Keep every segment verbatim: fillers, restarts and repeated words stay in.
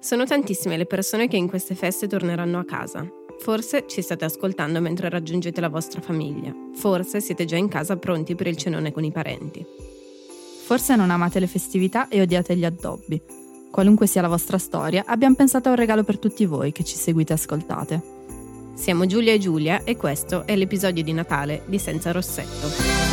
Sono tantissime le persone che in queste feste torneranno a casa. Forse ci state ascoltando mentre raggiungete la vostra famiglia. Forse siete già in casa pronti per il cenone con i parenti. Forse non amate le festività e odiate gli addobbi. Qualunque sia la vostra storia, abbiamo pensato a un regalo per tutti voi che ci seguite e ascoltate. Siamo Giulia e Giulia e questo è l'episodio di Natale di Senza Rossetto.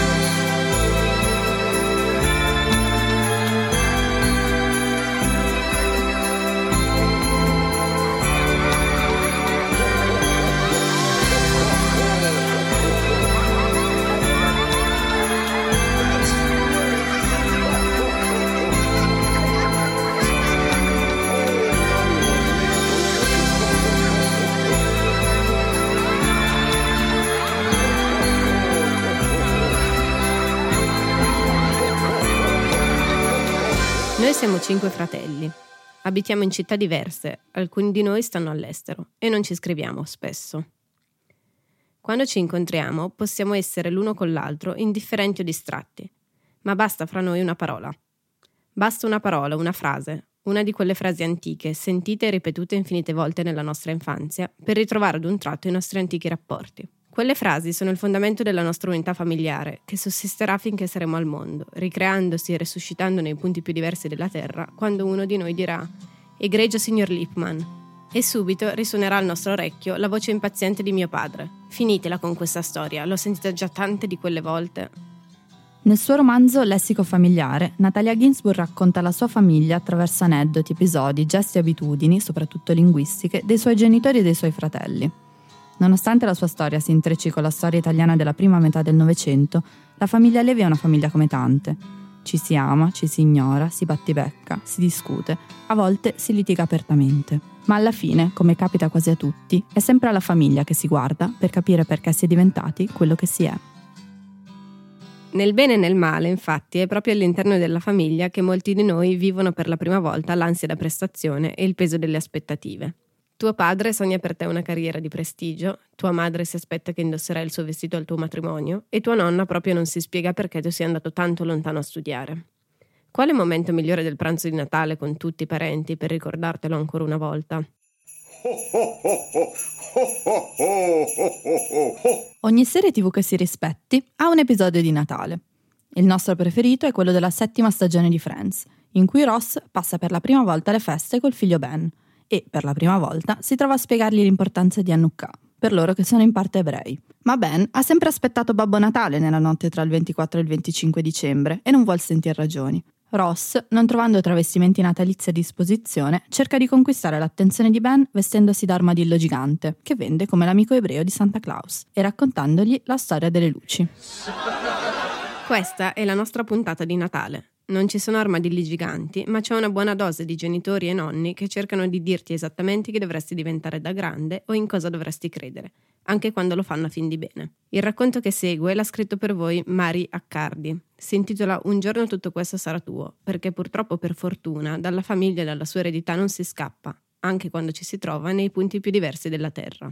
Noi siamo cinque fratelli, abitiamo in città diverse, alcuni di noi stanno all'estero e non ci scriviamo spesso. Quando ci incontriamo possiamo essere l'uno con l'altro indifferenti o distratti, ma basta fra noi una parola. Basta una parola, una frase, una di quelle frasi antiche, sentite e ripetute infinite volte nella nostra infanzia, per ritrovare ad un tratto i nostri antichi rapporti. Quelle frasi sono il fondamento della nostra unità familiare, che sussisterà finché saremo al mondo, ricreandosi e resuscitando nei punti più diversi della terra, quando uno di noi dirà «Egregio signor Lipman», e subito risuonerà al nostro orecchio la voce impaziente di mio padre. Finitela con questa storia, l'ho sentita già tante di quelle volte. Nel suo romanzo Lessico familiare, Natalia Ginzburg racconta la sua famiglia attraverso aneddoti, episodi, gesti e abitudini, soprattutto linguistiche, dei suoi genitori e dei suoi fratelli. Nonostante la sua storia si intrecci con la storia italiana della prima metà del Novecento, la famiglia Levi è una famiglia come tante. Ci si ama, ci si ignora, si battibecca, si discute, a volte si litiga apertamente. Ma alla fine, come capita quasi a tutti, è sempre alla famiglia che si guarda per capire perché si è diventati quello che si è. Nel bene e nel male, infatti, è proprio all'interno della famiglia che molti di noi vivono per la prima volta l'ansia da prestazione e il peso delle aspettative. Tuo padre sogna per te una carriera di prestigio, tua madre si aspetta che indosserai il suo vestito al tuo matrimonio e tua nonna proprio non si spiega perché tu sia andato tanto lontano a studiare. Quale momento migliore del pranzo di Natale con tutti i parenti per ricordartelo ancora una volta? Ogni serie tivù che si rispetti ha un episodio di Natale. Il nostro preferito è quello della settima stagione di Friends, in cui Ross passa per la prima volta le feste col figlio Ben e, per la prima volta, si trova a spiegargli l'importanza di Hanukkah, per loro che sono in parte ebrei. Ma Ben ha sempre aspettato Babbo Natale nella notte tra il ventiquattro e il venticinque dicembre e non vuol sentir ragioni. Ross, non trovando travestimenti natalizi a disposizione, cerca di conquistare l'attenzione di Ben vestendosi da armadillo gigante, che vende come l'amico ebreo di Santa Claus, e raccontandogli la storia delle luci. Questa è la nostra puntata di Natale. Non ci sono armadilli giganti, ma c'è una buona dose di genitori e nonni che cercano di dirti esattamente chi dovresti diventare da grande o in cosa dovresti credere, anche quando lo fanno a fin di bene. Il racconto che segue l'ha scritto per voi Mari Accardi. Si intitola Un giorno tutto questo sarà tuo, perché purtroppo per fortuna dalla famiglia e dalla sua eredità non si scappa, anche quando ci si trova nei punti più diversi della terra.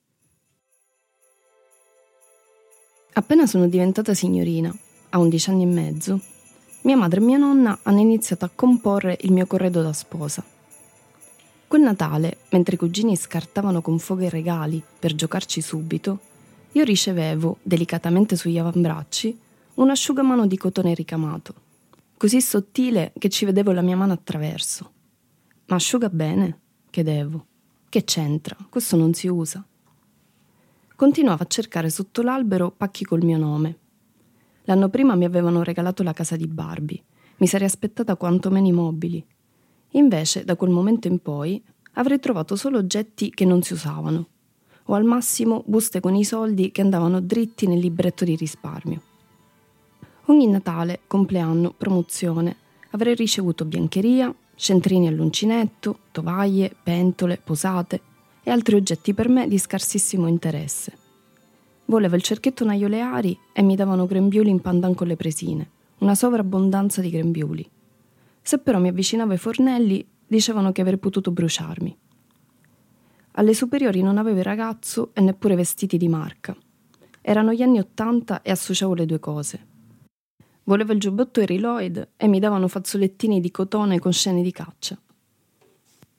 Appena sono diventata signorina, a undici anni e mezzo, mia madre e mia nonna hanno iniziato a comporre il mio corredo da sposa. Quel Natale, mentre i cugini scartavano con fuoco i regali per giocarci subito, io ricevevo, delicatamente sugli avambracci, un asciugamano di cotone ricamato, così sottile che ci vedevo la mia mano attraverso. Ma asciuga bene? Chiedevo. Che c'entra? Questo non si usa. Continuavo a cercare sotto l'albero pacchi col mio nome. L'anno prima mi avevano regalato la casa di Barbie. Mi sarei aspettata quantomeno i mobili. Invece, da quel momento in poi, avrei trovato solo oggetti che non si usavano, o al massimo buste con i soldi che andavano dritti nel libretto di risparmio. Ogni Natale, compleanno, promozione, avrei ricevuto biancheria, centrini all'uncinetto, tovaglie, pentole, posate e altri oggetti per me di scarsissimo interesse. Volevo il cerchietto naioleari e mi davano grembiuli in pandan con le presine, una sovrabbondanza di grembiuli. Se però mi avvicinavo ai fornelli, dicevano che avrei potuto bruciarmi. Alle superiori non avevo il ragazzo e neppure vestiti di marca. Erano gli anni Ottanta e associavo le due cose. Volevo il giubbotto Harry Lloyd e mi davano fazzolettini di cotone con scene di caccia.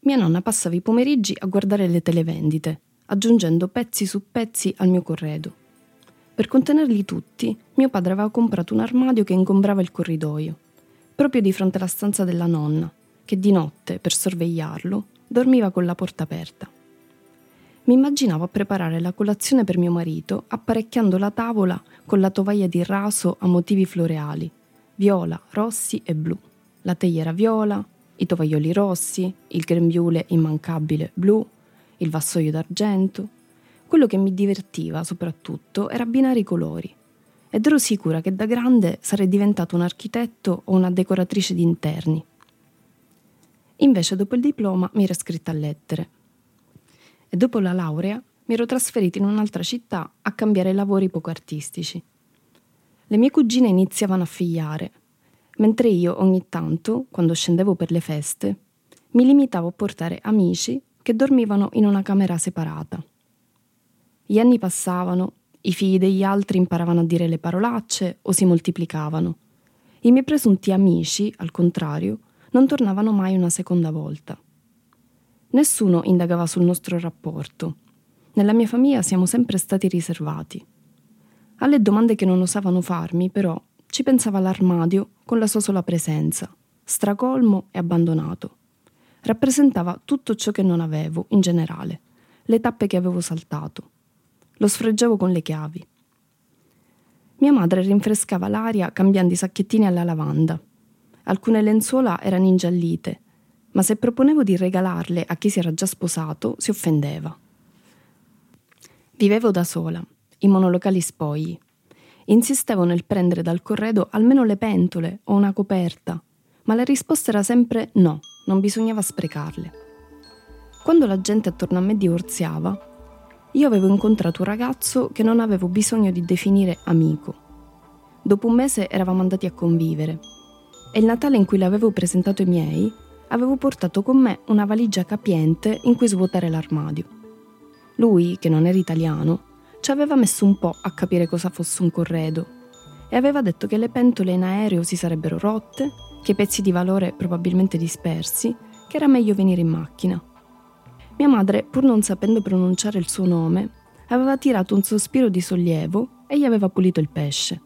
mia nonna passava i pomeriggi a guardare le televendite, aggiungendo pezzi su pezzi al mio corredo. Per contenerli tutti, mio padre aveva comprato un armadio che ingombrava il corridoio, proprio di fronte alla stanza della nonna, che di notte, per sorvegliarlo, dormiva con la porta aperta. Mi immaginavo a preparare la colazione per mio marito, apparecchiando la tavola con la tovaglia di raso a motivi floreali, viola, rossi e blu, la teiera viola, i tovaglioli rossi, il grembiule immancabile blu, il vassoio d'argento. Quello che mi divertiva soprattutto era abbinare i colori, ed ero sicura che da grande sarei diventato un architetto o una decoratrice di interni. Invece dopo il diploma mi ero iscritta a lettere e dopo la laurea mi ero trasferita in un'altra città a cambiare lavori poco artistici. Le mie cugine iniziavano a figliare, mentre io ogni tanto, quando scendevo per le feste, mi limitavo a portare amici che dormivano in una camera separata. Gli anni passavano, i figli degli altri imparavano a dire le parolacce o si moltiplicavano. I miei presunti amici, al contrario, non tornavano mai una seconda volta. Nessuno indagava sul nostro rapporto. Nella mia famiglia siamo sempre stati riservati. Alle domande che non osavano farmi, però, ci pensava l'armadio con la sua sola presenza, stracolmo e abbandonato. Rappresentava tutto ciò che non avevo, in generale, le tappe che avevo saltato. Lo sfreggiavo con le chiavi. Mia madre rinfrescava l'aria cambiando i sacchettini alla lavanda. Alcune lenzuola erano ingiallite, ma se proponevo di regalarle a chi si era già sposato, si offendeva. Vivevo da sola, in monolocali spogli. Insistevo nel prendere dal corredo almeno le pentole o una coperta, ma la risposta era sempre no, non bisognava sprecarle. Quando la gente attorno a me divorziava, io avevo incontrato un ragazzo che non avevo bisogno di definire amico. Dopo un mese eravamo andati a convivere e il Natale in cui l'avevo presentato ai miei avevo portato con me una valigia capiente in cui svuotare l'armadio. Lui, che non era italiano, ci aveva messo un po' a capire cosa fosse un corredo e aveva detto che le pentole in aereo si sarebbero rotte, che i pezzi di valore probabilmente dispersi, che era meglio venire in macchina. Mia madre, pur non sapendo pronunciare il suo nome, aveva tirato un sospiro di sollievo e gli aveva pulito il pesce.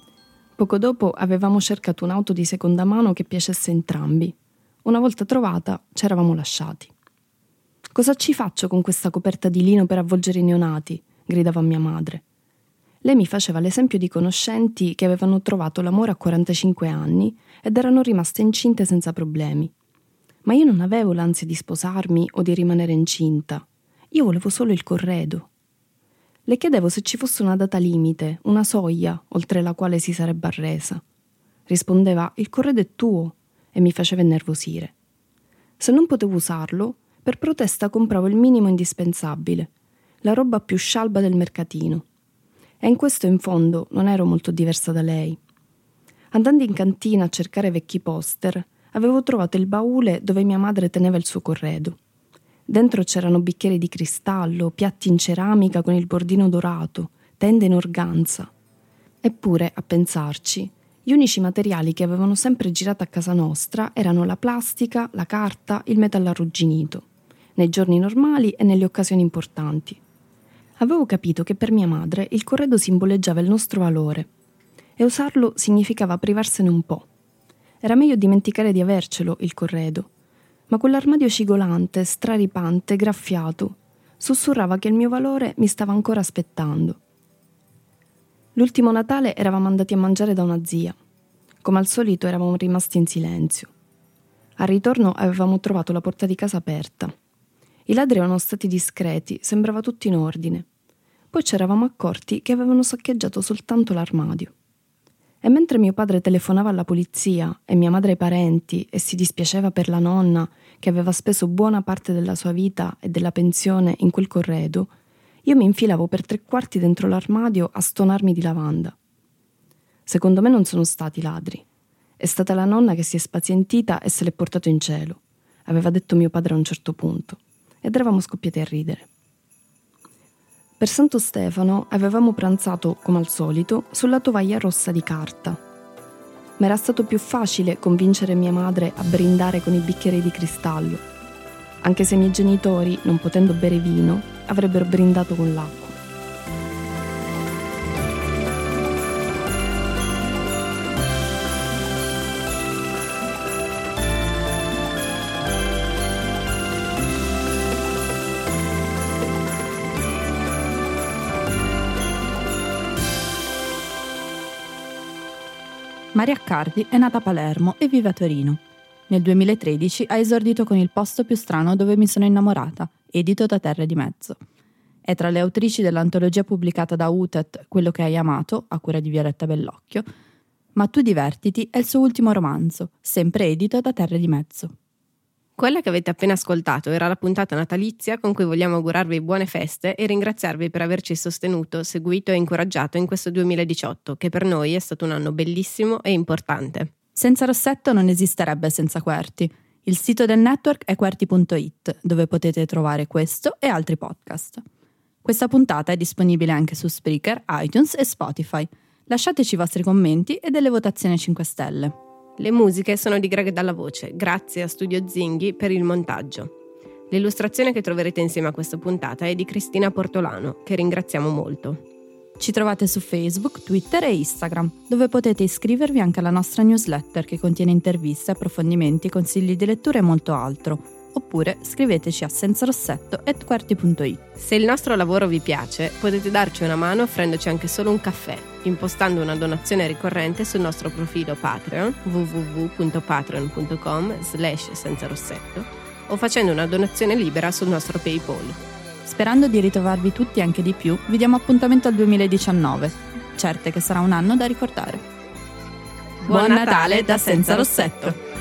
Poco dopo avevamo cercato un'auto di seconda mano che piacesse a entrambi. Una volta trovata, ci eravamo lasciati. «Cosa ci faccio con questa coperta di lino per avvolgere i neonati?» gridava mia madre. Lei mi faceva l'esempio di conoscenti che avevano trovato l'amore a quarantacinque anni ed erano rimaste incinte senza problemi. Ma io non avevo l'ansia di sposarmi o di rimanere incinta. Io volevo solo il corredo. Le chiedevo se ci fosse una data limite, una soglia, oltre la quale si sarebbe arresa. Rispondeva: il corredo è tuo, e mi faceva innervosire. Se non potevo usarlo, per protesta compravo il minimo indispensabile, la roba più scialba del mercatino. E in questo, in fondo, non ero molto diversa da lei. Andando in cantina a cercare vecchi poster, avevo trovato il baule dove mia madre teneva il suo corredo. Dentro c'erano bicchieri di cristallo, piatti in ceramica con il bordino dorato, tende in organza. Eppure, a pensarci, gli unici materiali che avevano sempre girato a casa nostra erano la plastica, la carta, il metallo arrugginito, nei giorni normali e nelle occasioni importanti. Avevo capito che per mia madre il corredo simboleggiava il nostro valore e usarlo significava privarsene un po'. Era meglio dimenticare di avercelo, il corredo, ma quell'armadio cigolante, straripante, graffiato, sussurrava che il mio valore mi stava ancora aspettando. L'ultimo Natale eravamo andati a mangiare da una zia. Come al solito eravamo rimasti in silenzio. Al ritorno avevamo trovato la porta di casa aperta. I ladri erano stati discreti, sembrava tutto in ordine. Poi ci eravamo accorti che avevano saccheggiato soltanto l'armadio. E mentre mio padre telefonava alla polizia e mia madre ai parenti e si dispiaceva per la nonna che aveva speso buona parte della sua vita e della pensione in quel corredo, io mi infilavo per tre quarti dentro l'armadio a stonarmi di lavanda. Secondo me non sono stati ladri. È stata la nonna che si è spazientita e se l'è portato in cielo, aveva detto mio padre a un certo punto, ed eravamo scoppiati a ridere. Per Santo Stefano avevamo pranzato, come al solito, sulla tovaglia rossa di carta. Ma era stato più facile convincere mia madre a brindare con i bicchieri di cristallo. anche se i miei genitori, non potendo bere vino, avrebbero brindato con l'acqua. Maria Accardi è nata a Palermo e vive a Torino. Nel duemilatredici ha esordito con Il posto più strano dove mi sono innamorata, edito da Terre di Mezzo. È tra le autrici dell'antologia pubblicata da U T E T Quello che hai amato, a cura di Violetta Bellocchio, ma Tu divertiti è il suo ultimo romanzo, sempre edito da Terre di Mezzo. Quella che avete appena ascoltato era la puntata natalizia con cui vogliamo augurarvi buone feste e ringraziarvi per averci sostenuto, seguito e incoraggiato in questo duemiladiciotto, che per noi è stato un anno bellissimo e importante. Senza Rossetto non esisterebbe senza Querti. Il sito del network è querti punto it, dove potete trovare questo e altri podcast. Questa puntata è disponibile anche su Spreaker, iTunes e Spotify. Lasciateci i vostri commenti e delle votazioni a cinque stelle. Le musiche sono di Greg Dalla Voce, grazie a Studio Zinghi per il montaggio. L'illustrazione che troverete insieme a questa puntata è di Cristina Portolano, che ringraziamo molto. Ci trovate su Facebook, Twitter e Instagram, dove potete iscrivervi anche alla nostra newsletter che contiene interviste, approfondimenti, consigli di lettura e molto altro. Oppure scriveteci a senzarossetto chiocciola querti punto it. Se il nostro lavoro vi piace, potete darci una mano offrendoci anche solo un caffè, impostando una donazione ricorrente sul nostro profilo Patreon w w w punto patreon punto com slash senzarossetto o facendo una donazione libera sul nostro PayPal. Sperando di ritrovarvi tutti anche di più, vi diamo appuntamento al duemiladiciannove, certe che sarà un anno da ricordare. Buon Natale da Senza Rossetto!